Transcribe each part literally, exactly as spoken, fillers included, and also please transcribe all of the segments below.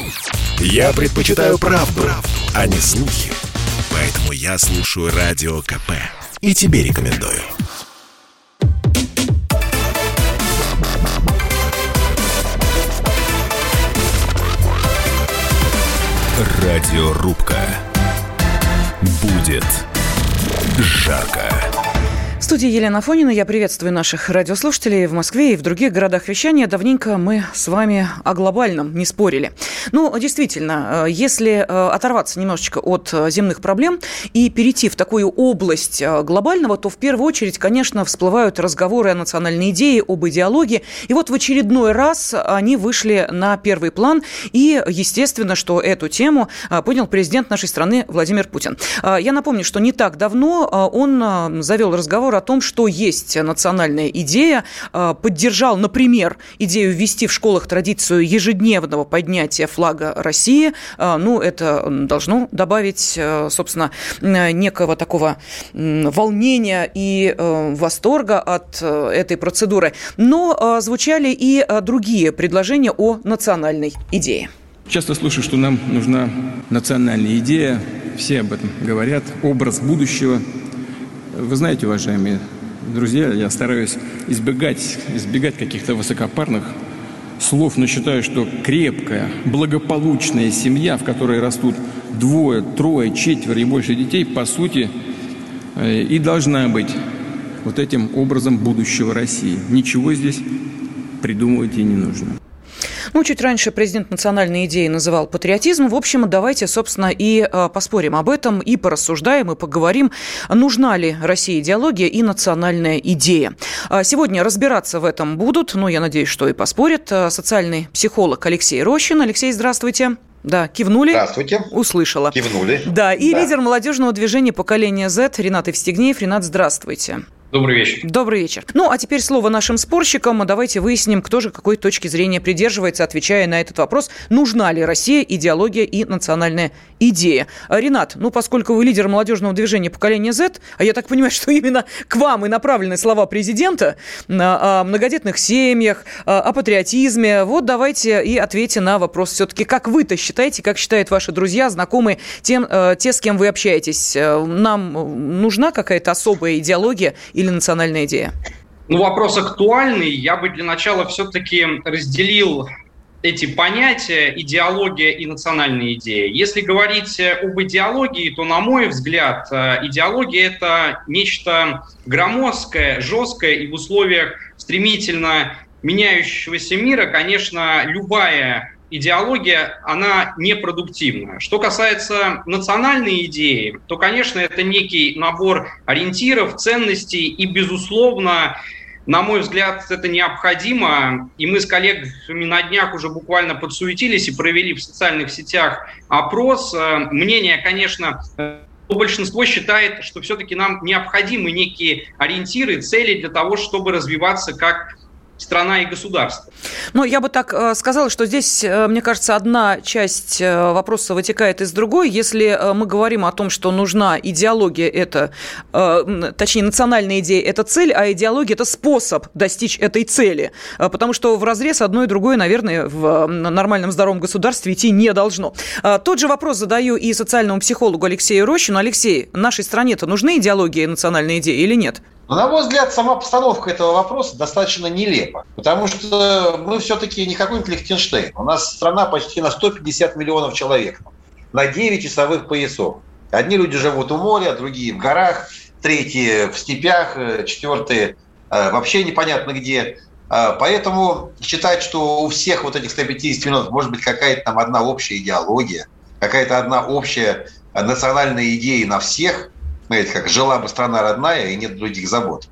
Я предпочитаю правду, правду, а не слухи. Поэтому я слушаю Радио КП. И тебе рекомендую. Радиорубка. Будет жарко. В студии Елена Афонина. Я приветствую наших радиослушателей в Москве и в других городах вещания. Давненько мы с вами о глобальном не спорили. Ну, действительно, если оторваться немножечко от земных проблем и перейти в такую область глобального, то в первую очередь, конечно, всплывают разговоры о национальной идее, об идеологии. И вот в очередной раз они вышли на первый план. И, естественно, что эту тему поднял президент нашей страны Владимир Путин. Я напомню, что не так давно он завел разговор о том, что есть национальная идея, поддержал, например, идею ввести в школах традицию ежедневного поднятия флага России. Ну, это должно добавить, собственно, некого такого волнения и восторга от этой процедуры. Но звучали и другие предложения о национальной идее. Часто слышу, что нам нужна национальная идея. Все об этом говорят. Образ будущего. Вы знаете, уважаемые друзья, я стараюсь избегать, избегать каких-то высокопарных слов, но считаю, что крепкая, благополучная семья, в которой растут двое, трое, четверо и больше детей, по сути, и должна быть вот этим образом будущего России. Ничего здесь придумывать и не нужно. Ну, чуть раньше президент национальной идеи называл патриотизм. В общем, давайте, собственно, и э, поспорим об этом, и порассуждаем, и поговорим, нужна ли России идеология и национальная идея. Сегодня разбираться в этом будут, ну, я надеюсь, что и поспорят, социальный психолог Алексей Рощин. Алексей, здравствуйте. Да, кивнули. Здравствуйте. Услышала. Кивнули. Да, и да. лидер молодежного движения поколения Z Ринат Евстигнеев. Ринат, здравствуйте. Добрый вечер. Добрый вечер. Ну, а теперь слово нашим спорщикам. Давайте выясним, кто же какой точки зрения придерживается, отвечая на этот вопрос. Нужна ли Россия идеология и национальная идея? Ринат, ну, поскольку вы лидер молодежного движения поколения Z, а я так понимаю, что именно к вам и направлены слова президента о многодетных семьях, о патриотизме, вот давайте и ответьте на вопрос все-таки, как вы-то считаете, как считают ваши друзья, знакомые, тем, те, с кем вы общаетесь. Нам нужна какая-то особая идеология или национальная идея? Ну, вопрос актуальный. Я бы для начала все-таки разделил эти понятия идеология и национальная идея. Если говорить об идеологии, то, на мой взгляд, идеология – это нечто громоздкое, жесткое, и в условиях стремительно меняющегося мира, конечно, любая идеология, она непродуктивна. Что касается национальной идеи, то, конечно, это некий набор ориентиров, ценностей, и, безусловно, на мой взгляд, это необходимо. И мы с коллегами на днях уже буквально подсуетились и провели в социальных сетях опрос. Мнение, конечно, большинство считает, что все-таки нам необходимы некие ориентиры, цели для того, чтобы развиваться как страна и государство. Ну, я бы так э, сказала, что здесь, э, мне кажется, одна часть э, вопроса вытекает из другой. Если э, мы говорим о том, что нужна идеология, это, э, точнее, национальная идея – это цель, а идеология – это способ достичь этой цели. Э, потому что вразрез одно и другое, наверное, в нормальном здоровом государстве идти не должно. Э, тот же вопрос задаю и социальному психологу Алексею Рощину. Алексей, нашей стране-то нужны идеология и национальная идея или нет? Но, на мой взгляд, сама постановка этого вопроса достаточно нелепа, потому что мы все-таки не какой-нибудь Лихтенштейн. У нас страна почти на сто пятьдесят миллионов человек, на девять часовых поясов. Одни люди живут у моря, другие в горах, третьи в степях, четвертые вообще непонятно где. Поэтому считать, что у всех вот этих ста пятидесяти миллионов может быть какая-то там одна общая идеология, какая-то одна общая национальная идея на всех, знаете, как жила бы страна родная и нет других забот.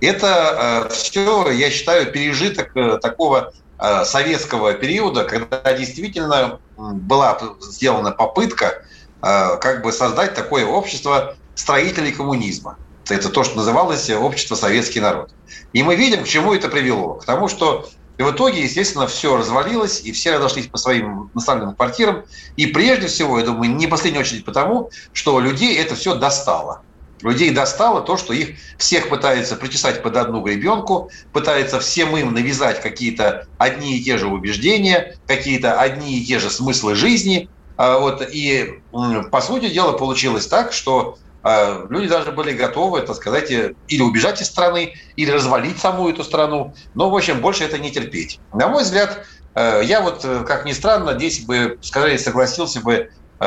Это э, все, я считаю, пережиток э, такого э, советского периода, когда действительно была сделана попытка э, как бы создать такое общество строителей коммунизма. Это то, что называлось общество «Советский народ». И мы видим, к чему это привело. К тому, что в итоге, естественно, все развалилось, и все разошлись по своим наставленным квартирам. И прежде всего, я думаю, не в последнюю очередь потому, что людей это все достало. Людей достало то, что их всех пытаются причесать под одну гребенку, пытаются всем им навязать какие-то одни и те же убеждения, какие-то одни и те же смыслы жизни. Вот. И, по сути дела, получилось так, что люди даже были готовы, так сказать, или убежать из страны, или развалить саму эту страну. Но, в общем, больше это не терпеть. На мой взгляд, я вот, как ни странно, здесь бы, скорее, согласился бы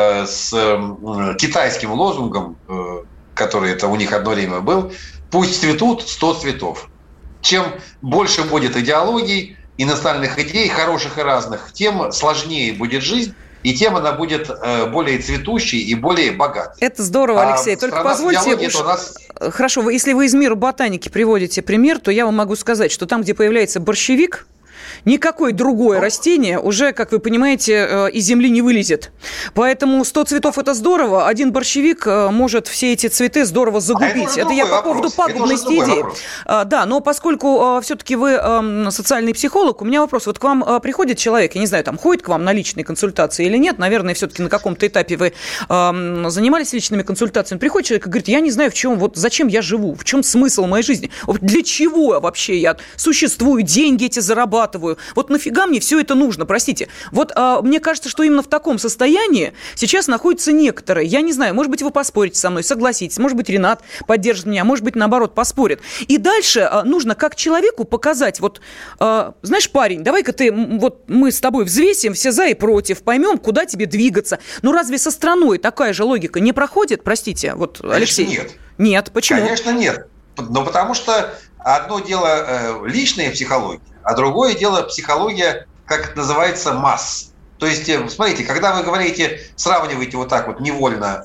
с китайским лозунгом, который это у них одно время был: «Пусть цветут сто цветов». Чем больше будет идеологий и национальных идей, хороших и разных, тем сложнее будет жизнь, и тем она будет более цветущей и более богатой. Это здорово, Алексей. А Только позвольте... Уж... Нас... Хорошо, вы, если вы из мира ботаники приводите пример, то я вам могу сказать, что там, где появляется борщевик, никакое другое растение уже, как вы понимаете, из земли не вылезет. Поэтому сто цветов – это здорово. Один борщевик может все эти цветы здорово загубить. А это, это я по поводу пагубности идеи. Да, но поскольку все-таки вы социальный психолог, у меня вопрос. Вот к вам приходит человек, я не знаю, там ходит к вам на личные консультации или нет. Наверное, все-таки на каком-то этапе вы занимались личными консультациями. Приходит человек и говорит: я не знаю, в чем, вот зачем я живу, в чем смысл моей жизни, для чего вообще я существую, деньги эти зарабатываю. Вот нафига мне все это нужно, простите. Вот а, мне кажется, что именно в таком состоянии сейчас находятся некоторые. Я не знаю, может быть, вы поспорите со мной, согласитесь. Может быть, Ренат поддержит меня, может быть, наоборот, поспорит. И дальше а, нужно как человеку показать, вот, а, знаешь, парень, давай-ка ты, вот мы с тобой взвесим все за и против, поймем, куда тебе двигаться. Ну, разве со страной такая же логика не проходит? Простите, вот, Конечно, Алексей. Нет. Нет, почему? Конечно, нет. Ну, потому что одно дело э, личная психология, а другое дело психология, как это называется, масс. То есть, смотрите, когда вы говорите, сравниваете вот так вот невольно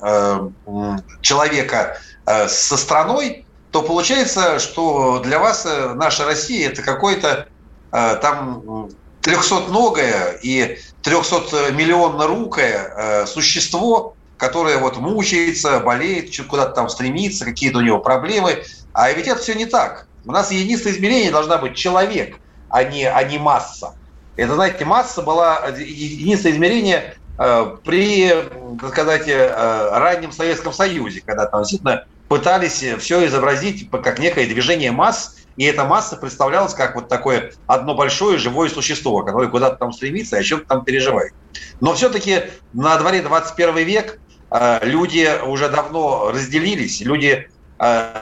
э, человека э, со страной, то получается, что для вас э, наша Россия – это какое-то э, там трехсотногое и трехсотмиллионнорукое э, существо, которое вот мучается, болеет, куда-то там стремится, какие-то у него проблемы. А ведь это все не так. У нас единственное измерение должна быть человек, а не, а не масса. Это, знаете, масса была единственное измерение э, при, так сказать, э, раннем Советском Союзе, когда там действительно пытались все изобразить как некое движение масс, и эта масса представлялась как вот такое одно большое живое существо, которое куда-то там стремится и о чем-то там переживает. Но все-таки на дворе двадцать первый век э, люди уже давно разделились, люди э,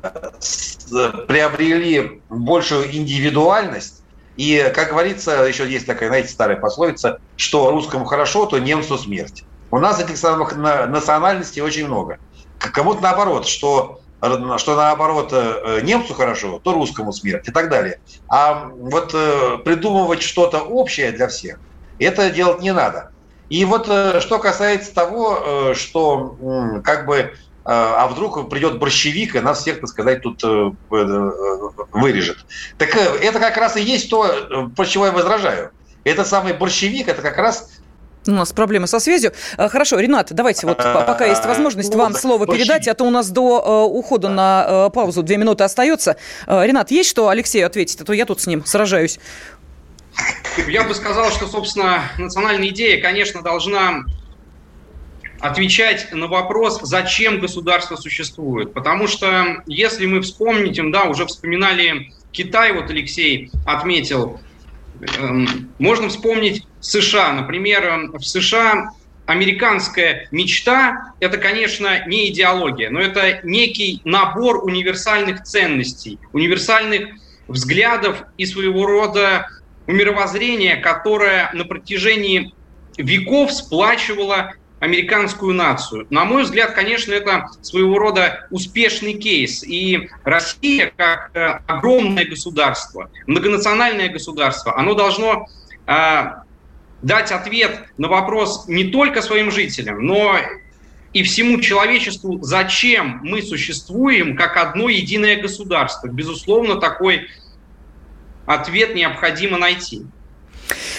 приобрели большую индивидуальность. И, как говорится, еще есть такая, знаете, старая пословица, что русскому хорошо, то немцу смерть. У нас этих самых национальностей очень много. Кому-то наоборот, что, что наоборот немцу хорошо, то русскому смерть и так далее. А вот придумывать что-то общее для всех, это делать не надо. И вот что касается того, что как бы, а вдруг придет борщевик и нас всех, так сказать, тут вырежет. Так это как раз и есть то, про чего я возражаю. Этот самый борщевик, это как раз... У нас проблемы со связью. Хорошо, Ренат, давайте вот пока есть возможность вам слово передать, а то у нас до ухода на паузу две минуты остается. Ренат, есть что Алексею ответить? А то я тут с ним сражаюсь. Я бы сказал, что, собственно, национальная идея, конечно, должна отвечать на вопрос, зачем государство существует. Потому что, если мы вспомним, да, уже вспоминали Китай, вот Алексей отметил, можно вспомнить США. Например, в США американская мечта – это, конечно, не идеология, но это некий набор универсальных ценностей, универсальных взглядов и своего рода мировоззрения, которое на протяжении веков сплачивало американскую нацию. На мой взгляд, конечно, это своего рода успешный кейс. И Россия, как э, огромное государство, многонациональное государство, оно должно э, дать ответ на вопрос не только своим жителям, но и всему человечеству, зачем мы существуем как одно единое государство. Безусловно, такой ответ необходимо найти.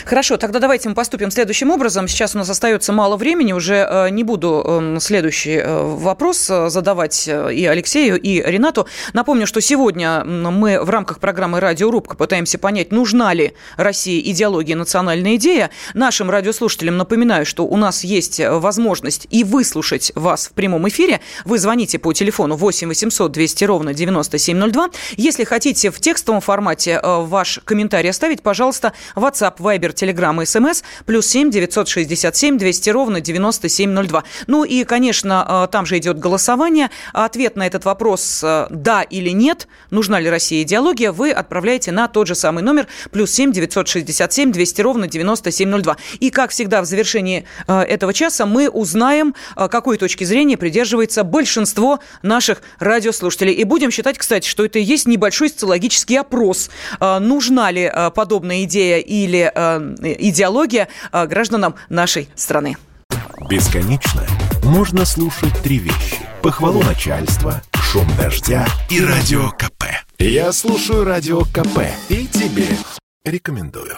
Хорошо, тогда давайте мы поступим следующим образом. Сейчас у нас остается мало времени, уже не буду следующий вопрос задавать и Алексею, и Ренату. Напомню, что сегодня мы в рамках программы «Радиорубка» пытаемся понять, нужна ли России идеология, национальная идея. Нашим радиослушателям напоминаю, что у нас есть возможность и выслушать вас в прямом эфире. Вы звоните по телефону восемь восемьсот двести ровно девяносто семь ноль два. Если хотите в текстовом формате ваш комментарий оставить, пожалуйста, WhatsApp, Viber, Telegram и СМС плюс семь девятьсот шестьдесят семь двести ровно девяносто семь ноль два. Ну и, конечно, там же идет голосование. Ответ на этот вопрос «да» или «нет», нужна ли России идеология, вы отправляете на тот же самый номер плюс семь девятьсот шестьдесят семь двести ровно девяносто семь ноль два. И, как всегда, в завершении этого часа мы узнаем, какой точки зрения придерживается большинство наших радиослушателей. И будем считать, кстати, что это и есть небольшой социологический опрос. Нужна ли подобная идея или идеология гражданам нашей страны? Бесконечно можно слушать три вещи: похвалу начальства, шум дождя и радио КП. Я слушаю радио КП и тебе рекомендую.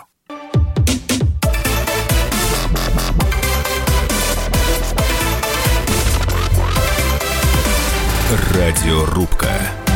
Радиорубка.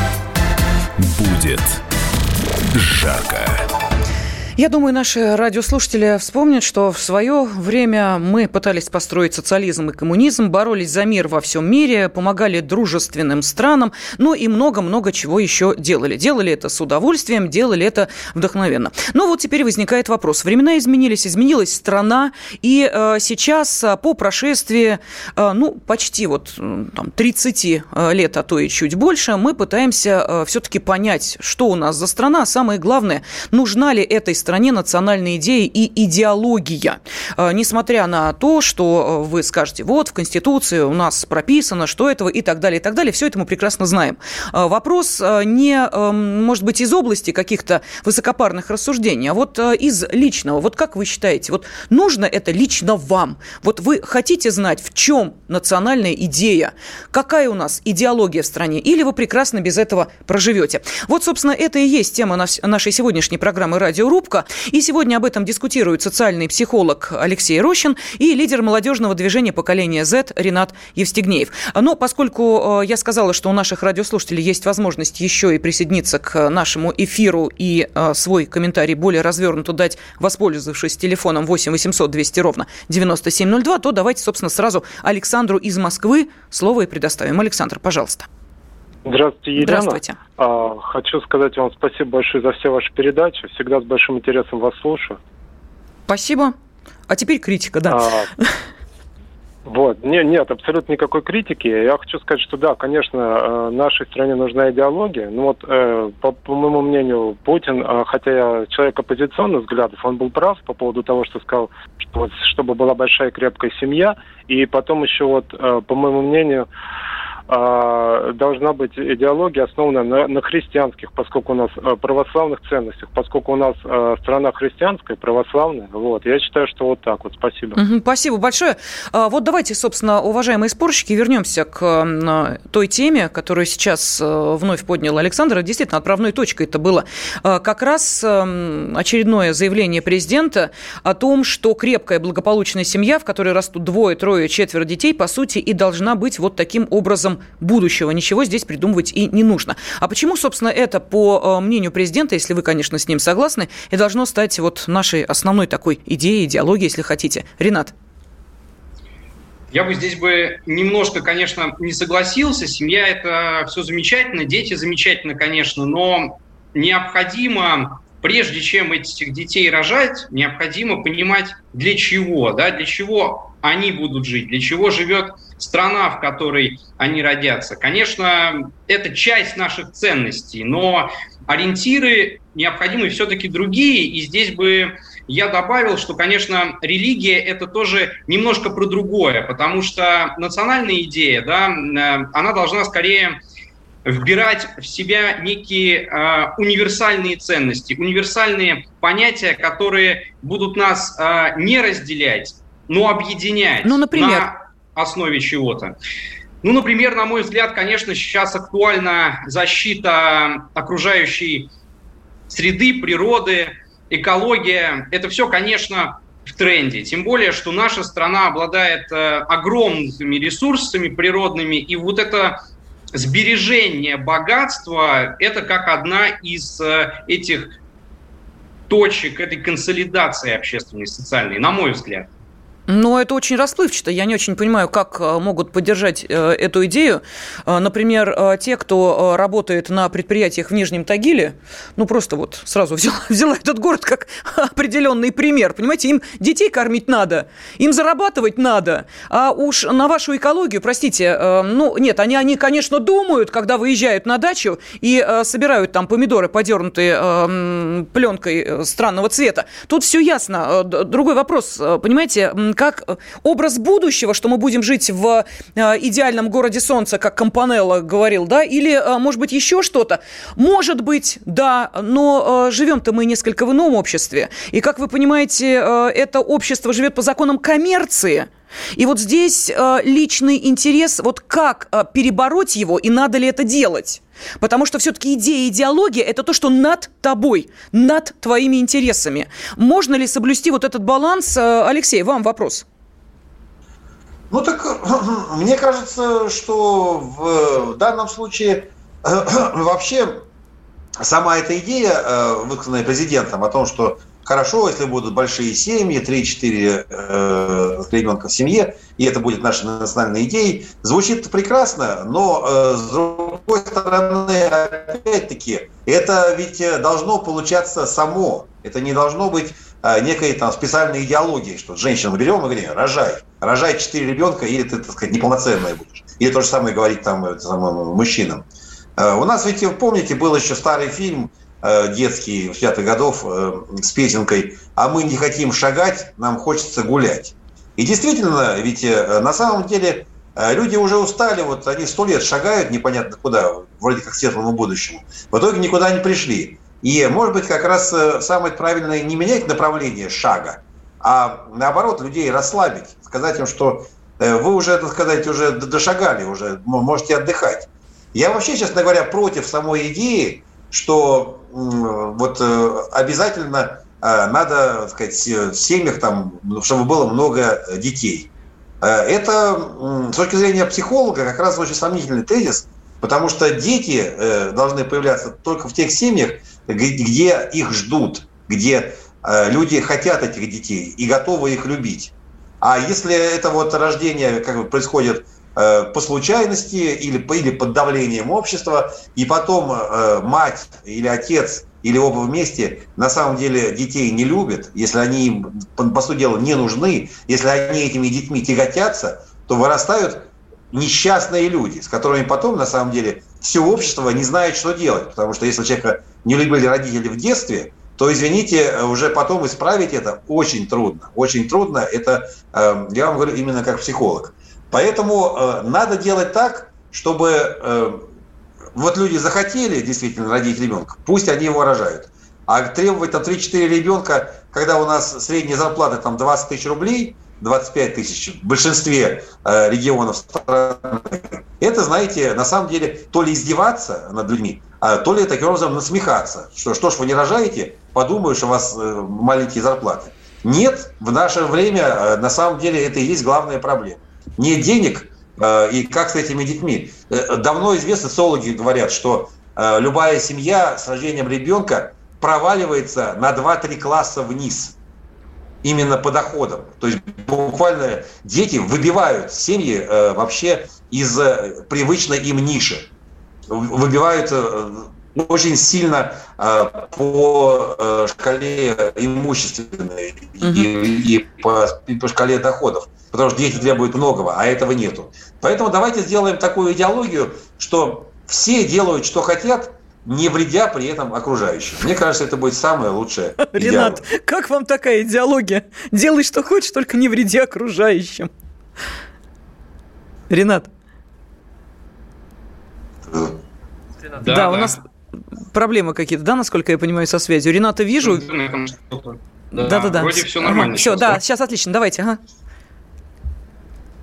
Будет жарко. Я думаю, наши радиослушатели вспомнят, что в свое время мы пытались построить социализм и коммунизм, боролись за мир во всем мире, помогали дружественным странам, ну и много-много чего еще делали. Делали это с удовольствием, делали это вдохновенно. Но вот теперь возникает вопрос. Времена изменились, изменилась страна, и э, сейчас по прошествии, э, ну, почти вот там, тридцать лет, а то и чуть больше, мы пытаемся э, все-таки понять, что у нас за страна, а самое главное, нужна ли этой стране стране национальные идеи и идеология. Несмотря на то, что вы скажете, вот в Конституции у нас прописано, что этого и так далее, и так далее, все это мы прекрасно знаем. Вопрос не, может быть, из области каких-то высокопарных рассуждений, а вот из личного. Вот как вы считаете, вот нужно это лично вам? Вот вы хотите знать, в чем национальная идея? Какая у нас идеология в стране? Или вы прекрасно без этого проживете? Вот, собственно, это и есть тема нашей сегодняшней программы «Радиорубка». И сегодня об этом дискутирует социальный психолог Алексей Рощин и лидер молодежного движения поколения Z Ренат Евстигнеев. Но поскольку я сказала, что у наших радиослушателей есть возможность еще и присоединиться к нашему эфиру и свой комментарий более развернуто дать, воспользовавшись телефоном восемь восемьсот двести ровно девяносто семь ноль два, то давайте, собственно, сразу Александру из Москвы слово и предоставим. Александр, пожалуйста. Здравствуйте, Елена. Здравствуйте. А, хочу сказать вам спасибо большое за все ваши передачи. Всегда с большим интересом вас слушаю. Спасибо. А теперь критика, да. А, вот. Нет, нет, абсолютно никакой критики. Я хочу сказать, что да, конечно, нашей стране нужна идеология. Ну вот, по, по моему мнению, Путин, хотя я человек оппозиционных взглядов, он был прав по поводу того, что сказал, что вот, чтобы была большая крепкая семья. И потом еще вот, по моему мнению, должна быть идеология, основанная на, на христианских, поскольку у нас православных ценностях, поскольку у нас страна христианская, православная. Вот. Я считаю, что вот так вот. Спасибо. Угу, спасибо большое. Вот давайте, собственно, уважаемые спорщики, вернемся к той теме, которую сейчас вновь поднял Александр. Действительно, отправной точкой это было как раз очередное заявление президента о том, что крепкая благополучная семья, в которой растут двое, трое, четверо детей, по сути, и должна быть вот таким образом будущего. Ничего здесь придумывать и не нужно. А почему, собственно, это, по мнению президента, если вы, конечно, с ним согласны, и должно стать вот нашей основной такой идеей, идеологией, если хотите? Ренат. Я бы здесь бы немножко, конечно, не согласился. Семья – это все замечательно, дети замечательно, конечно, но необходимо, прежде чем этих детей рожать, необходимо понимать, для чего, да, для чего они будут жить, для чего живет страна, в которой они родятся. Конечно, это часть наших ценностей, но ориентиры необходимы все-таки другие. И здесь бы я добавил, что, конечно, религия – это тоже немножко про другое, потому что национальная идея, да, она должна скорее вбирать в себя некие э, универсальные ценности, универсальные понятия, которые будут нас э, не разделять, но объединять. Ну, например? На основе чего-то. Ну, например, на мой взгляд, конечно, сейчас актуальна защита окружающей среды, природы, экология, это все, конечно, в тренде. Тем более, что наша страна обладает э, огромными ресурсами природными, и вот это сбережение богатства – это как одна из э, этих точек, этой консолидации общественной, социальной, на мой взгляд. Но это очень расплывчато. Я не очень понимаю, как могут поддержать э, эту идею. Э, например, э, те, кто э, работает на предприятиях в Нижнем Тагиле, ну, просто вот сразу взяла, взяла этот город как определенный пример. Понимаете, им детей кормить надо, им зарабатывать надо. А уж на вашу экологию, простите, э, ну, нет, они, они, конечно, думают, когда выезжают на дачу и э, собирают там помидоры, подернутые э, пленкой странного цвета. Тут все ясно. Другой вопрос, понимаете, как образ будущего, что мы будем жить в э, идеальном городе солнца, как Кампанелло говорил, да, или, э, может быть, еще что-то. Может быть, да, но э, живем-то мы несколько в ином обществе. И, как вы понимаете, э, это общество живет по законам коммерции. И вот здесь э, личный интерес, вот как э, перебороть его и надо ли это делать? Потому что все-таки идея, идеология – это то, что над тобой, над твоими интересами. Можно ли соблюсти вот этот баланс? Алексей, вам вопрос. Ну так, мне кажется, что в данном случае вообще сама эта идея, высказанная президентом, о том, что хорошо, если будут большие семьи, три-четыре э, ребенка в семье, и это будет нашей национальной идеей, звучит прекрасно, но э, с другой стороны, опять-таки, это ведь должно получаться само. Это не должно быть э, некой там специальной идеологией, что женщину берем и говорим, рожай, рожай четыре ребенка, или ты, так сказать, неполноценная будешь. Или то же самое говорить там, там мужчинам. Э, у нас ведь, помните, был еще старый фильм детский, шестидесятых годов, с песенкой «А мы не хотим шагать, нам хочется гулять». И действительно, ведь на самом деле люди уже устали, вот они сто лет шагают непонятно куда, вроде как к светлому будущему, в итоге никуда не пришли. И, может быть, как раз самое правильное не менять направление шага, а наоборот людей расслабить, сказать им, что вы уже, так сказать, уже дошагали, уже можете отдыхать. Я вообще, честно говоря, против самой идеи, что вот обязательно надо, так сказать, в семьях, там, чтобы было много детей. Это, с точки зрения психолога, как раз очень сомнительный тезис, потому что дети должны появляться только в тех семьях, где их ждут, где люди хотят этих детей и готовы их любить. А если это вот рождение как бы происходит по случайности или, или под давлением общества, и потом э, мать или отец или оба вместе на самом деле детей не любят, если они им, по, по сути дела, не нужны, если они этими детьми тяготятся, то вырастают несчастные люди, с которыми потом на самом деле все общество не знает, что делать. Потому что если человека не любили родители в детстве, то, извините, уже потом исправить это очень трудно. Очень трудно. Это, э, я вам говорю именно как психолог. Поэтому э, надо делать так, чтобы э, вот люди захотели действительно родить ребенка, пусть они его рожают. А требовать там три-четыре ребенка, когда у нас средняя зарплата там двадцать тысяч рублей, двадцать пять тысяч в большинстве э, регионов страны, это, знаете, на самом деле то ли издеваться над людьми, а то ли таким образом насмехаться. Что, что ж вы не рожаете, подумаю, что у вас э, маленькие зарплаты. Нет, в наше время э, на самом деле это и есть главная проблема. Нет денег, э, и как с этими детьми? Э, давно известно, социологи говорят, что э, любая семья с рождением ребенка проваливается на два-три класса вниз, именно по доходам. То есть буквально дети выбивают семьи э, вообще из э, привычной им ниши. Выбивают э, очень сильно э, по э, шкале имущественной mm-hmm. и, и, по, и по шкале доходов. Потому что дети требуют многого, а этого нету. Поэтому давайте сделаем такую идеологию, что все делают, что хотят, не вредя при этом окружающим. Мне кажется, это будет самое лучшее. Ренат, как вам такая идеология? Делай, что хочешь, только не вреди окружающим. Ренат. Да, да, да, у нас проблемы какие-то, да, насколько я понимаю, со связью. Рената вижу. Да-да-да. Вроде все нормально. Ага, все, да, да, сейчас отлично, давайте, ага.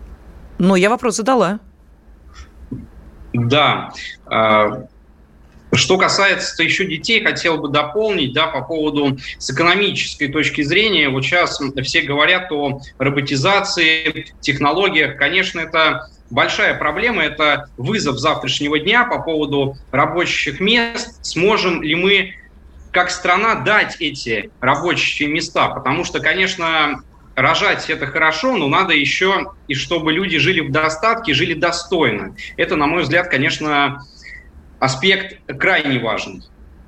Ну, я вопрос задала. Да. Что касается еще детей, хотел бы дополнить, да, по поводу с экономической точки зрения. Вот сейчас все говорят о роботизации, технологиях. Конечно, это большая проблема, это вызов завтрашнего дня по поводу рабочих мест. Сможем ли мы, как страна, дать эти рабочие места? Потому что, конечно, рожать это хорошо, но надо еще и чтобы люди жили в достатке, жили достойно. Это, на мой взгляд, конечно, аспект крайне важный.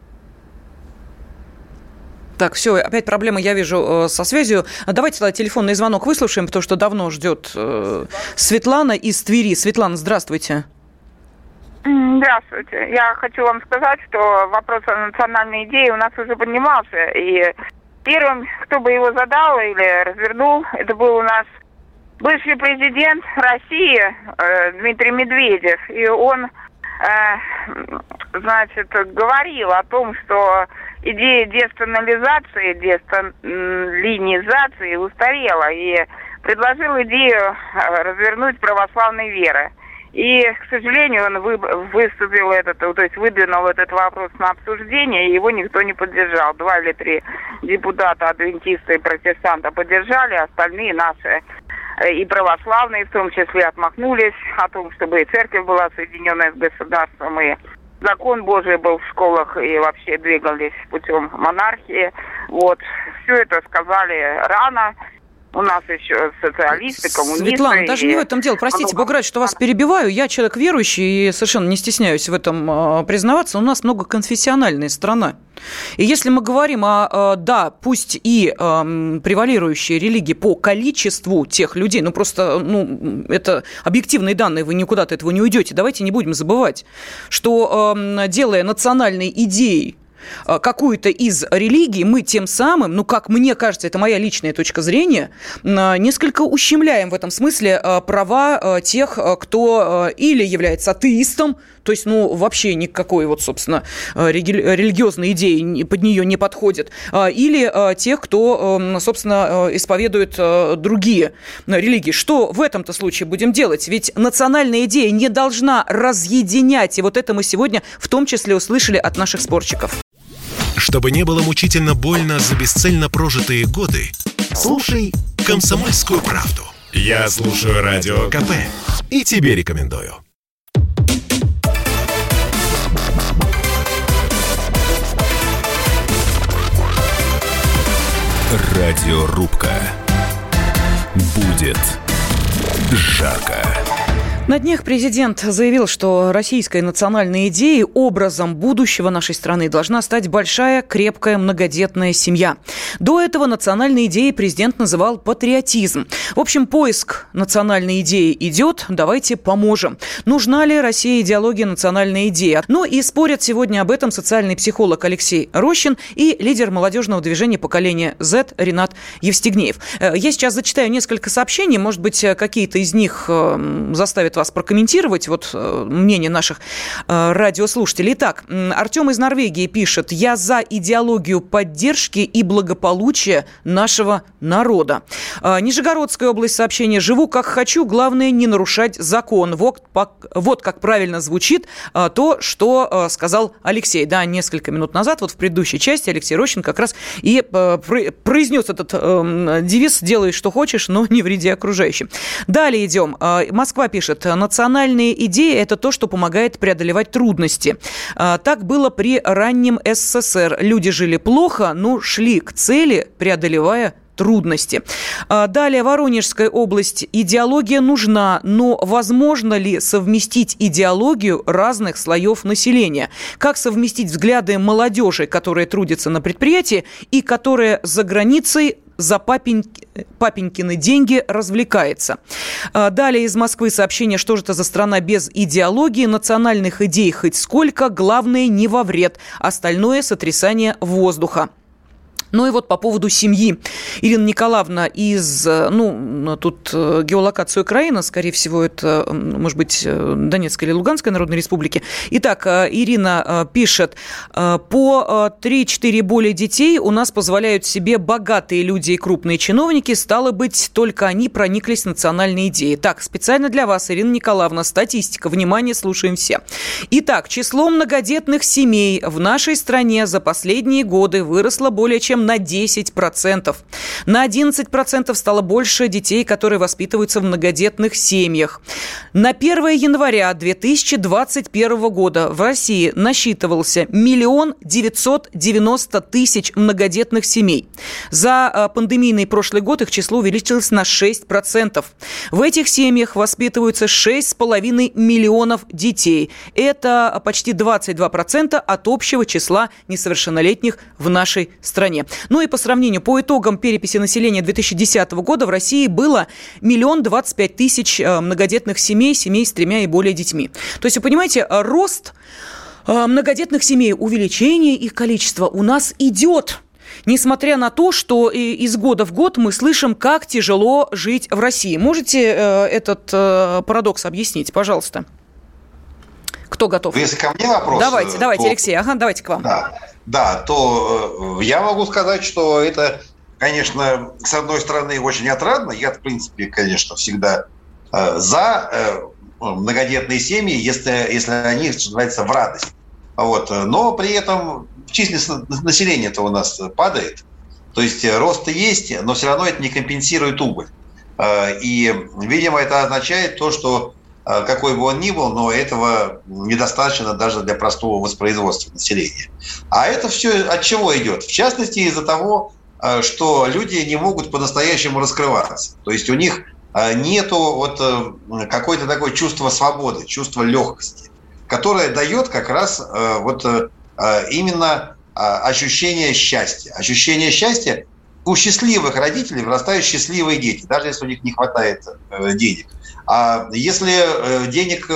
Так, все, опять проблема, я вижу, со связью. Давайте тогда телефонный звонок выслушаем, потому что давно ждет э, Светлана из Твери. Светлана, здравствуйте. Здравствуйте. Я хочу вам сказать, что вопрос о национальной идее у нас уже поднимался. И первым, кто бы его задал или развернул, это был у нас бывший президент России э, Дмитрий Медведев. И он, э, значит, говорил о том, что идея десталинизации, десталинизации устарела, и предложил идею развернуть православной веры. И, к сожалению, он вы, выступил этот, то есть выдвинул этот вопрос на обсуждение, и его никто не поддержал. Два или три депутата, адвентисты и протестанта поддержали, остальные наши и православные в том числе отмахнулись о том, чтобы и церковь была соединенная с государством, и закон Божий был в школах, и вообще двигались путем монархии. Вот. Все это сказали рано. У нас еще социалисты, коммунисты. Светлана, даже не в этом дело. Простите, Бог ради, что вас перебиваю. Я человек верующий и совершенно не стесняюсь в этом э, признаваться. У нас многоконфессиональная страна. И если мы говорим о, э, да, пусть и э, превалирующей религии по количеству тех людей, ну просто, ну, это объективные данные, вы никуда от этого не уйдете. Давайте не будем забывать, что э, делая национальной идеей какую-то из религий, мы тем самым, ну, как мне кажется, это моя личная точка зрения, несколько ущемляем в этом смысле права тех, кто или является атеистом, то есть, ну, вообще никакой вот, собственно, религиозной идеи под нее не подходит, или тех, кто, собственно, исповедует другие религии. Что в этом-то случае будем делать? Ведь национальная идея не должна разъединять, и вот это мы сегодня в том числе услышали от наших спорщиков. Чтобы не было мучительно больно за бесцельно прожитые годы, слушай «Комсомольскую правду». Я слушаю Радио КП и тебе рекомендую. Радиорубка. Будет жарко. На днях президент заявил, что российской национальной идеей, образом будущего нашей страны должна стать большая, крепкая, многодетная семья. До этого национальной идеей президент называл патриотизм. В общем, поиск национальной идеи идет, давайте поможем. Нужна ли России идеология национальной идеи? Ну и спорят сегодня об этом социальный психолог Алексей Рощин и лидер молодежного движения поколения Z Ренат Евстигнеев. Я сейчас зачитаю несколько сообщений, может быть, какие-то из них заставят вас прокомментировать вот мнение наших э, радиослушателей. Итак, Артем из Норвегии пишет: «Я за идеологию поддержки и благополучия нашего народа». Э, Нижегородская область, сообщение: «Живу как хочу, главное не нарушать закон». Вот, вот как правильно звучит э, то, что э, сказал Алексей. Да, несколько минут назад, вот в предыдущей части Алексей Рощин как раз и э, произнес этот э, девиз «Делай, что хочешь, но не вреди окружающим». Далее идем. Э, Москва пишет: «Национальные идеи – это то, что помогает преодолевать трудности. Так было при раннем СССР. Люди жили плохо, но шли к цели, преодолевая трудности». Далее, Воронежская область. «Идеология нужна, но возможно ли совместить идеологию разных слоев населения? Как совместить взгляды молодежи, которая трудится на предприятии и которая за границей за папеньки, папенькины деньги развлекается». Далее из Москвы сообщение: «Что же это за страна без идеологии? Национальных идей хоть сколько, главное не во вред, остальное сотрясание воздуха». Ну и вот по поводу семьи. Ирина Николаевна из, ну, тут геолокация Украина, скорее всего, это, может быть, Донецкая или Луганская Народной Республики. Итак, Ирина пишет, по три-четыре более детей у нас позволяют себе богатые люди и крупные чиновники, стало быть, только они прониклись национальной идеей. Так, специально для вас, Ирина Николаевна, статистика. Внимание, слушаем все. Итак, число многодетных семей в нашей стране за последние годы выросло более чем на десять процентов. На одиннадцать процентов стало больше детей, которые воспитываются в многодетных семьях. На первое января две тысячи двадцать первого года в России насчитывался миллион девятьсот девяносто тысяч многодетных семей. За пандемийный прошлый год их число увеличилось на шесть процентов. В этих семьях воспитываются шесть с половиной миллионов детей. Это почти двадцать два процента от общего числа несовершеннолетних в нашей стране. Ну и по сравнению, по итогам переписи населения две тысячи десятого года в России было миллион двадцать пять тысяч многодетных семей, семей с тремя и более детьми. То есть, вы понимаете, рост многодетных семей, увеличение их количества у нас идет. Несмотря на то, что из года в год мы слышим, как тяжело жить в России. Можете этот парадокс объяснить, пожалуйста? Кто готов? Если ко мне вопрос... Давайте, давайте, то... Алексей, ага, давайте к вам. Да, да, то я могу сказать, что это, конечно, с одной стороны, очень отрадно. Я, в принципе, конечно, всегда э, за э, многодетные семьи, если, если они, что называется, в радость. Вот. Но при этом численность населения-то у нас падает. То есть рост есть, но все равно это не компенсирует убыль. Э, и, видимо, это означает то, что какой бы он ни был, но этого недостаточно даже для простого воспроизводства населения. А это все от чего идет? В частности, из-за того, что люди не могут по-настоящему раскрываться. То есть у них нету вот какое-то такое чувство свободы, чувство легкости, которое дает как раз вот именно ощущение счастья. Ощущение счастья у счастливых родителей вырастают счастливые дети, даже если у них не хватает денег. А если денег,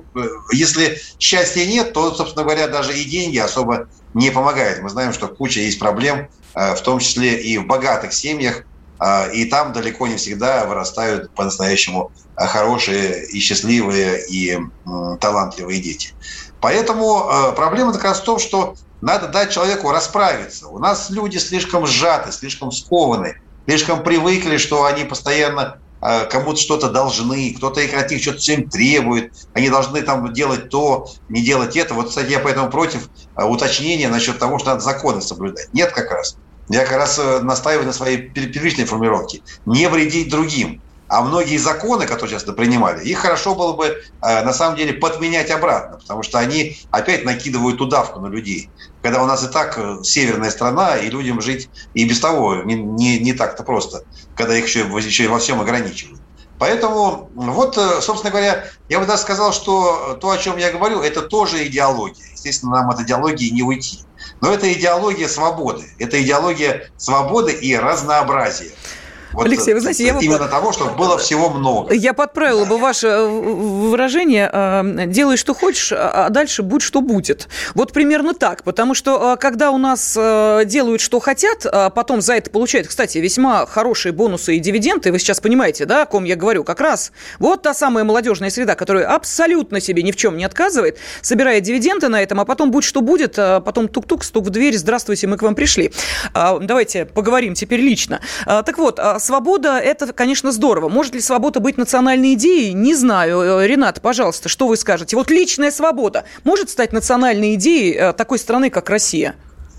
если счастья нет, то, собственно говоря, даже и деньги особо не помогают. Мы знаем, что куча есть проблем, в том числе и в богатых семьях, и там далеко не всегда вырастают по-настоящему хорошие и счастливые и талантливые дети. Поэтому проблема как раз в том, что надо дать человеку расправиться. У нас люди слишком сжаты, слишком скованы, слишком привыкли, что они постоянно кому-то что-то должны, кто-то от них что-то всем требует, они должны там делать то, не делать это. Вот, кстати, я поэтому против уточнения насчет того, что надо законы соблюдать. Нет, как раз. Я как раз настаиваю на своей первичной формулировке. Не вредить другим. А многие законы, которые сейчас принимали, их хорошо было бы на самом деле подменять обратно, потому что они опять накидывают удавку на людей. Когда у нас и так северная страна, и людям жить и без того не, не, не так-то просто, когда их еще, еще и во всем ограничивают. Поэтому, вот, собственно говоря, я бы даже сказал, что то, о чем я говорю, это тоже идеология. Естественно, нам от идеологии не уйти. Но это идеология свободы. Это идеология свободы и разнообразия. Вот Алексей, вы знаете, я именно бы... того, чтобы было всего много. Я подправила бы ваше выражение «делай, что хочешь, а дальше будь, что будет». Вот примерно так, потому что когда у нас делают, что хотят, а потом за это получают, кстати, весьма хорошие бонусы и дивиденды, вы сейчас понимаете, да, о ком я говорю, как раз вот та самая молодежная среда, которая абсолютно себе ни в чем не отказывает, собирает дивиденды на этом, а потом будь, что будет, а потом тук-тук, стук в дверь, здравствуйте, мы к вам пришли. Давайте поговорим теперь лично. Так вот, свобода – это, конечно, здорово. Может ли свобода быть национальной идеей? Не знаю. Ренат, пожалуйста, что вы скажете? Вот личная свобода может стать национальной идеей такой страны, как Россия?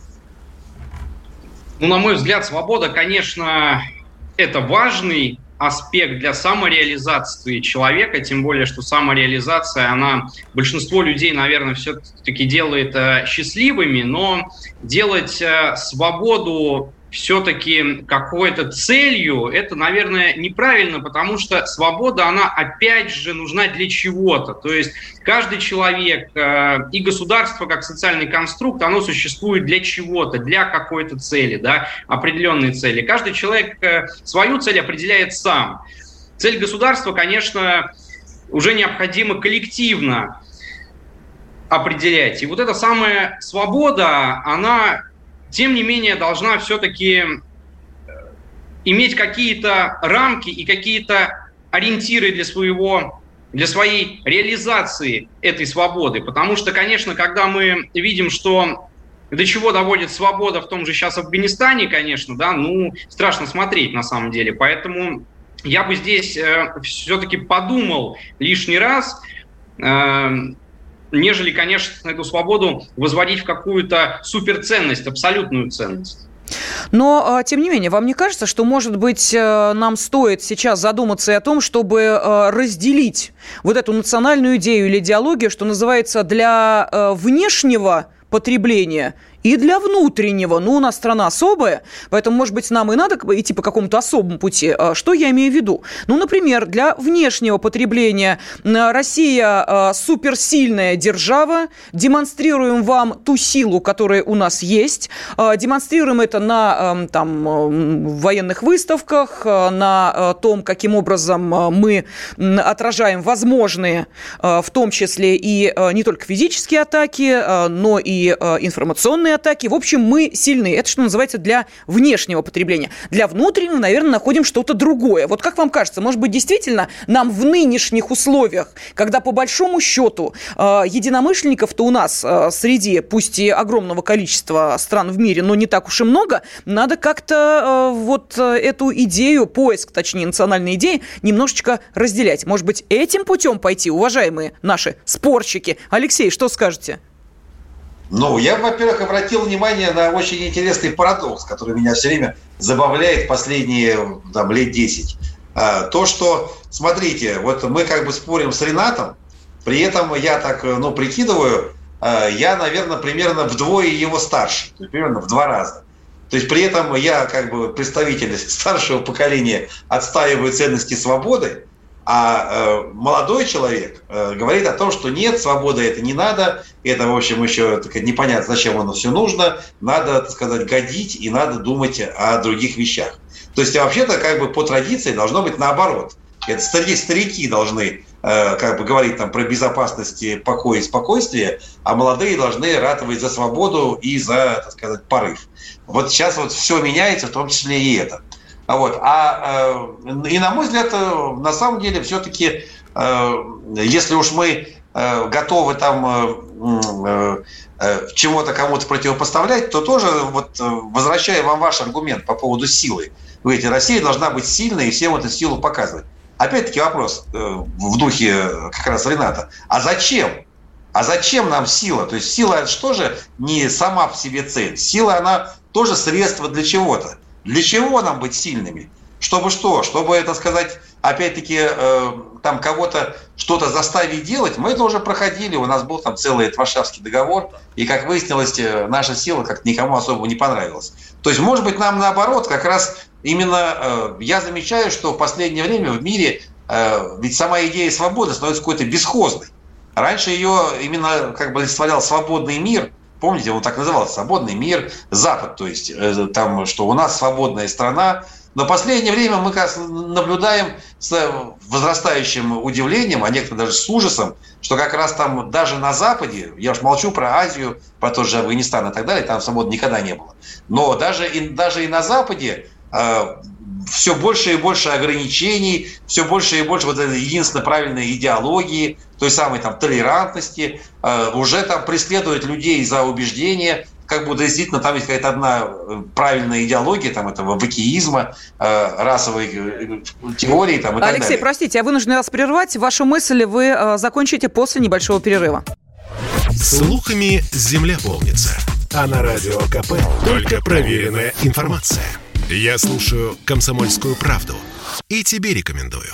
Ну, на мой взгляд, свобода, конечно, это важный аспект для самореализации человека, тем более, что самореализация, она большинство людей, наверное, все-таки делает счастливыми, но делать свободу все-таки какой-то целью, это, наверное, неправильно, потому что свобода, она опять же нужна для чего-то. То есть каждый человек э, и государство как социальный конструкт, оно существует для чего-то, для какой-то цели, да, определенной цели. Каждый человек э, свою цель определяет сам. Цель государства, конечно, уже необходимо коллективно определять. И вот эта самая свобода, она тем не менее, должна все-таки иметь какие-то рамки и какие-то ориентиры для своего, для своей реализации этой свободы. Потому что, конечно, когда мы видим, что до чего доводит свобода в том же сейчас Афганистане, конечно, да, ну, страшно смотреть на самом деле. Поэтому я бы здесь э, все-таки подумал лишний раз, э, нежели, конечно, эту свободу возводить в какую-то суперценность, абсолютную ценность. Но, тем не менее, вам не кажется, что, может быть, нам стоит сейчас задуматься и о том, чтобы разделить вот эту национальную идею или идеологию, что называется, для внешнего потребления и для внутреннего. Ну, у нас страна особая, поэтому, может быть, нам и надо идти по какому-то особому пути. Что я имею в виду? Ну, например, для внешнего потребления Россия суперсильная держава, демонстрируем вам ту силу, которая у нас есть, демонстрируем это на там, военных выставках, на том, каким образом мы отражаем возможные, в том числе и не только физические атаки, но и информационные атаки. В общем, мы сильны. Это, что называется, для внешнего потребления. Для внутреннего, наверное, находим что-то другое. Вот как вам кажется, может быть, действительно нам в нынешних условиях, когда по большому счету э, единомышленников-то у нас э, среди, пусть и огромного количества стран в мире, но не так уж и много, надо как-то э, вот эту идею, поиск, точнее, национальной идеи, немножечко разделять. Может быть, этим путем пойти, уважаемые наши спорщики? Алексей, что скажете? Ну, я, во-первых, обратил внимание на очень интересный парадокс, который меня все время забавляет последние там, лет десять. То, что, смотрите, вот мы как бы спорим с Ренатом, при этом я так, ну, прикидываю, я, наверное, примерно вдвое его старше, то есть примерно в два раза. То есть при этом я как бы представитель старшего поколения, отстаиваю ценности свободы, а э, молодой человек э, говорит о том, что нет, свобода это не надо, это, в общем, еще так, непонятно, зачем оно все нужно, надо, так сказать, годить и надо думать о других вещах. То есть, вообще-то, как бы по традиции должно быть наоборот. Это старики, старики должны э, как бы говорить там про безопасность, покой и спокойствие, а молодые должны ратовать за свободу и за, так сказать, порыв. Вот сейчас вот все меняется, в том числе и это. Вот. А, э, и, на мой взгляд, э, на самом деле, все-таки, э, если уж мы э, готовы там э, э, чего-то кому-то противопоставлять, то тоже, вот, возвращая вам ваш аргумент по поводу силы, вы говорите, Россия должна быть сильной и всем эту силу показывать. Опять-таки вопрос э, в духе как раз Рената. А зачем? А зачем нам сила? То есть сила – это что же не сама в себе цель? Сила, она тоже средство для чего-то. Для чего нам быть сильными? Чтобы что? Чтобы, это сказать, опять-таки, э, там кого-то что-то заставить делать. Мы это уже проходили. У нас был там целый Варшавский договор. И, как выяснилось, наша сила как-то никому особо не понравилась. То есть, может быть, нам наоборот, как раз именно э, я замечаю, что в последнее время в мире э, ведь сама идея свободы становится какой-то бесхозной. Раньше ее именно как бы олицетворял свободный мир. Помните, он так назывался, свободный мир, Запад, то есть э, там, что у нас свободная страна. Но в последнее время мы как наблюдаем с возрастающим удивлением, а некоторые даже с ужасом, что как раз там даже на Западе, я уж молчу про Азию, про тот же Афганистан и так далее, там свободы никогда не было. Но даже и, даже и на Западе э, все больше и больше ограничений, все больше и больше вот этой единственно правильной идеологии, той самой там толерантности, э, уже там преследуют людей за убеждения, как будто действительно там есть какая-то одна правильная идеология, там этого вакиизма, э, расовой теории там, и так далее. Алексей, простите, я вынуждена вас прервать. Вашу мысль вы э, закончите после небольшого перерыва. Слухами земля полнится. А на Радио КП только проверенная информация. Я слушаю «Комсомольскую правду» и тебе рекомендую.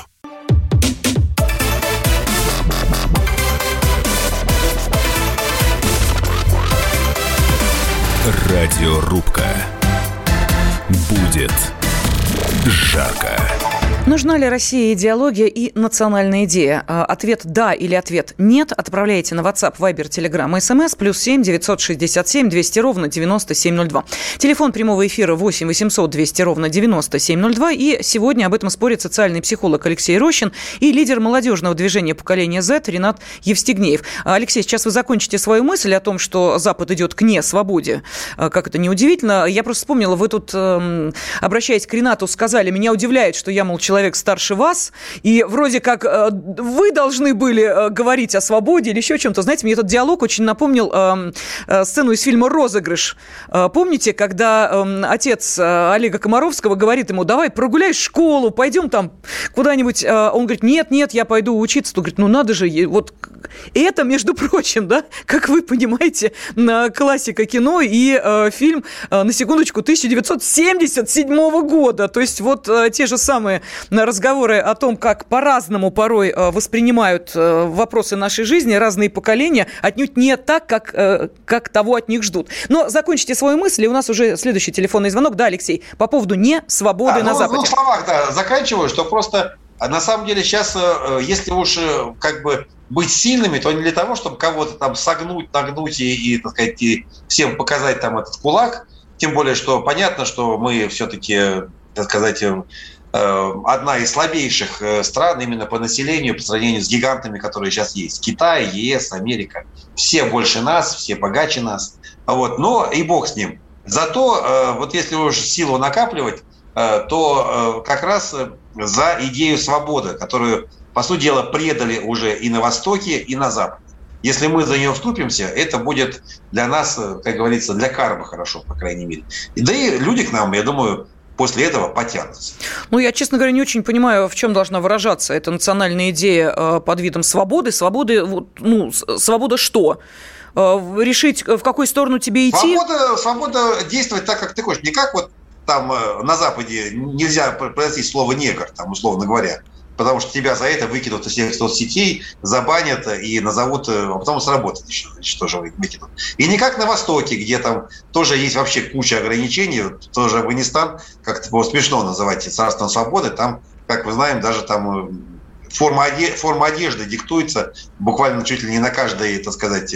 Радиорубка. Будет жарко. Нужна ли России идеология и национальная идея? Ответ «да» или ответ «нет» отправляйте на WhatsApp, Viber, Telegram, эс эм эс плюс семь девятьсот шестьдесят семь двести ровно девяносто семь ноль два. Телефон прямого эфира восемь восемьсот двести ровно девяносто семь ноль два. И сегодня об этом спорит социальный психолог Алексей Рощин и лидер молодежного движения поколения Z Ринат Евстигнеев. Алексей, сейчас вы закончите свою мысль о том, что Запад идет к несвободе. Как это неудивительно. Я просто вспомнила, вы тут, обращаясь к Ринату, сказали, меня удивляет, что я, мол, человек старше вас, и вроде как э, вы должны были э, говорить о свободе или еще о чем-то. Знаете, мне этот диалог очень напомнил э, э, сцену из фильма «Розыгрыш». Э, помните, когда э, отец э, Олега Комаровского говорит ему, давай прогуляй школу, пойдем там куда-нибудь. Э, он говорит, нет, нет, я пойду учиться. Он говорит, ну надо же, вот это, между прочим, да, как вы понимаете, классика кино и э, фильм, э, на секундочку, тысяча девятьсот семьдесят седьмого года. То есть вот э, те же самые разговоры о том, как по-разному порой э, воспринимают э, вопросы нашей жизни разные поколения, отнюдь не так, как, э, как того от них ждут. Но закончите свою мысль, и у нас уже следующий телефонный звонок. Да, Алексей, по поводу не свободы а, на ну, Западе. Ну, в словах, да, заканчиваю, что просто на самом деле сейчас, э, если уж э, как бы быть сильными, то не для того, чтобы кого-то там согнуть, нагнуть и, и, так сказать, и всем показать там этот кулак, тем более, что понятно, что мы все-таки, так сказать, одна из слабейших стран именно по населению по сравнению с гигантами, которые сейчас есть. Китай, ЕС, Америка. Все больше нас, все богаче нас. Вот. Но и бог с ним. Зато вот если уж силу накапливать, то как раз за идею свободы, которую, по сути дела, предали уже и на Востоке, и на Западе. Если мы за нее вступимся, это будет для нас, как говорится, для кармы хорошо, по крайней мере. Да и люди к нам, я думаю, после этого потянутся. Ну, я, честно говоря, не очень понимаю, в чем должна выражаться эта национальная идея э, под видом свободы. Свободы, вот, ну, свобода что? Э, решить, в какую сторону тебе идти? Свобода, свобода действовать так, как ты хочешь. Не как вот там э, на Западе нельзя произносить слово «негр», там, условно говоря, потому что тебя за это выкинут из всех соцсетей, забанят и назовут, а потом с работы еще, что же выкинут. И не как на Востоке, где там тоже есть вообще куча ограничений, тоже Афганистан, как-то было смешно называть царством свободы, там, как мы знаем, даже там форма, оде- форма одежды диктуется буквально чуть ли не на каждый, так сказать,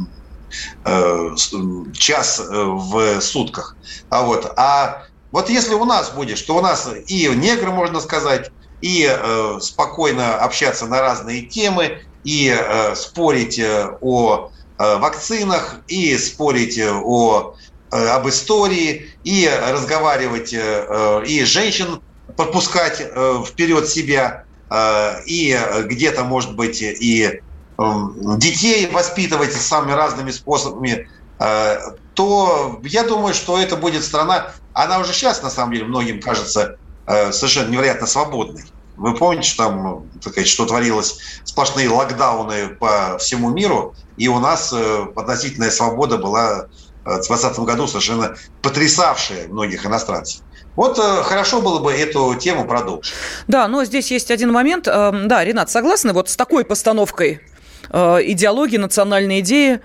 час в сутках. А вот, а вот если у нас будет, что у нас и негр, можно сказать, и э, спокойно общаться на разные темы, и э, спорить э, о э, вакцинах, и спорить э, о, э, об истории, и разговаривать, э, и женщин подпускать э, вперед себя, э, и где-то, может быть, и э, детей воспитывать самыми разными способами, э, то я думаю, что это будет страна, она уже сейчас, на самом деле, многим кажется совершенно невероятно свободной. Вы помните, что там, так сказать, что творилось, сплошные локдауны по всему миру, и у нас относительная свобода была в двадцатом году совершенно потрясавшая многих иностранцев. Вот хорошо было бы эту тему продолжить. Да, но здесь есть один момент. Да, Ринат, согласны вот с такой постановкой идеологии, национальной идеи?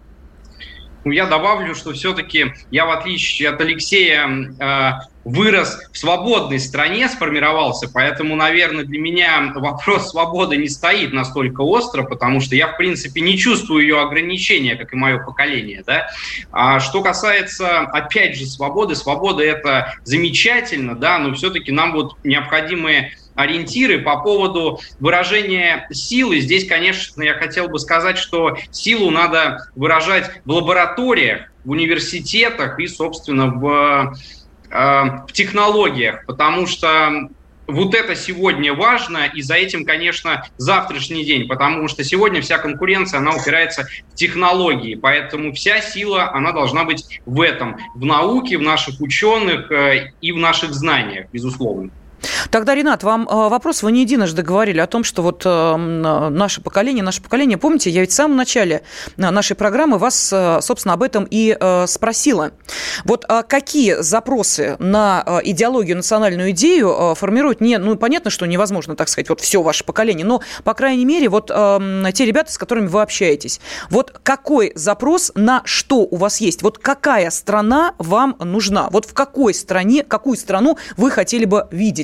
Ну, я добавлю, что все-таки я, в отличие от Алексея, э, вырос в свободной стране, сформировался, поэтому, наверное, для меня вопрос свободы не стоит настолько остро, потому что я, в принципе, не чувствую ее ограничения, как и мое поколение. Да? А что касается, опять же, свободы, свобода – это замечательно, да, но все-таки нам вот необходимы ориентиры по поводу выражения силы. Здесь, конечно, я хотел бы сказать, что силу надо выражать в лабораториях, в университетах и, собственно, в, э, в технологиях, потому что вот это сегодня важно, и за этим, конечно, завтрашний день, потому что сегодня вся конкуренция, она упирается в технологии, поэтому вся сила, она должна быть в этом, в науке, в наших ученых э, и в наших знаниях, безусловно. Тогда, Ринат, вам вопрос. Вы не единожды говорили о том, что вот наше поколение, наше поколение, помните, я ведь в самом начале нашей программы вас, собственно, об этом и спросила. Вот какие запросы на идеологию, национальную идею формируют, не, ну, понятно, что невозможно, так сказать, вот все ваше поколение, но, по крайней мере, вот те ребята, с которыми вы общаетесь, вот какой запрос на что у вас есть? Вот какая страна вам нужна? Вот в какой стране, какую страну вы хотели бы видеть?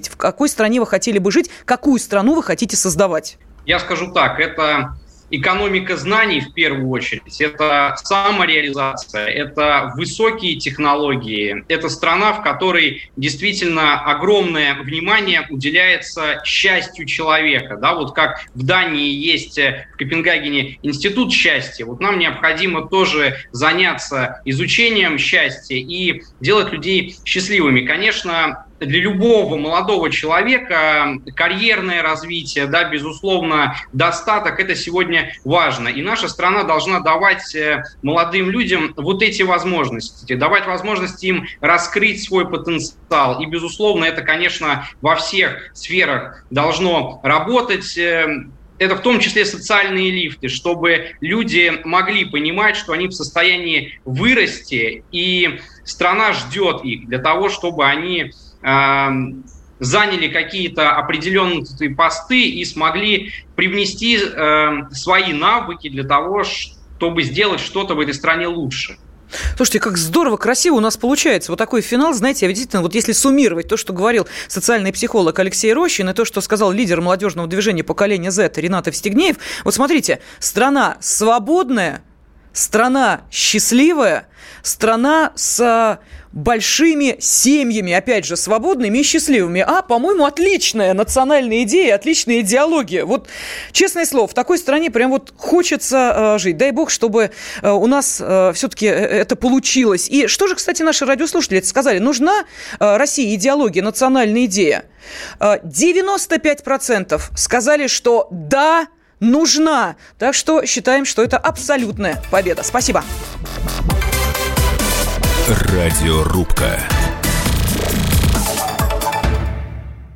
в какой стране вы хотели бы жить, какую страну вы хотите создавать? Я скажу так, это экономика знаний в первую очередь, это самореализация, это высокие технологии, это страна, в которой действительно огромное внимание уделяется счастью человека. Да, вот как в Дании есть в Копенгагене институт счастья, вот нам необходимо тоже заняться изучением счастья и делать людей счастливыми. Конечно, для любого молодого человека карьерное развитие, да, безусловно, достаток – это сегодня важно. И наша страна должна давать молодым людям вот эти возможности, давать возможности им раскрыть свой потенциал. И, безусловно, это, конечно, во всех сферах должно работать. Это в том числе социальные лифты, чтобы люди могли понимать, что они в состоянии вырасти, и страна ждет их для того, чтобы они заняли какие-то определенные посты и смогли привнести э, свои навыки для того, чтобы сделать что-то в этой стране лучше. Слушайте, как здорово, красиво у нас получается. Вот такой финал, знаете, действительно, вот если суммировать то, что говорил социальный психолог Алексей Рощин, и то, что сказал лидер молодежного движения поколения Z Ренат Евстигнеев, вот смотрите, страна свободная, страна счастливая, страна с большими семьями, опять же, свободными и счастливыми. А, по-моему, отличная национальная идея, отличная идеология. Вот, честное слово, в такой стране прям вот хочется э, жить. Дай бог, чтобы э, у нас э, все-таки это получилось. И что же, кстати, наши радиослушатели сказали? Нужна э, России идеология, национальная идея? Э, девяносто пять процентов сказали, что да, нужна. Так что считаем, что это абсолютная победа. Спасибо. Радиорубка.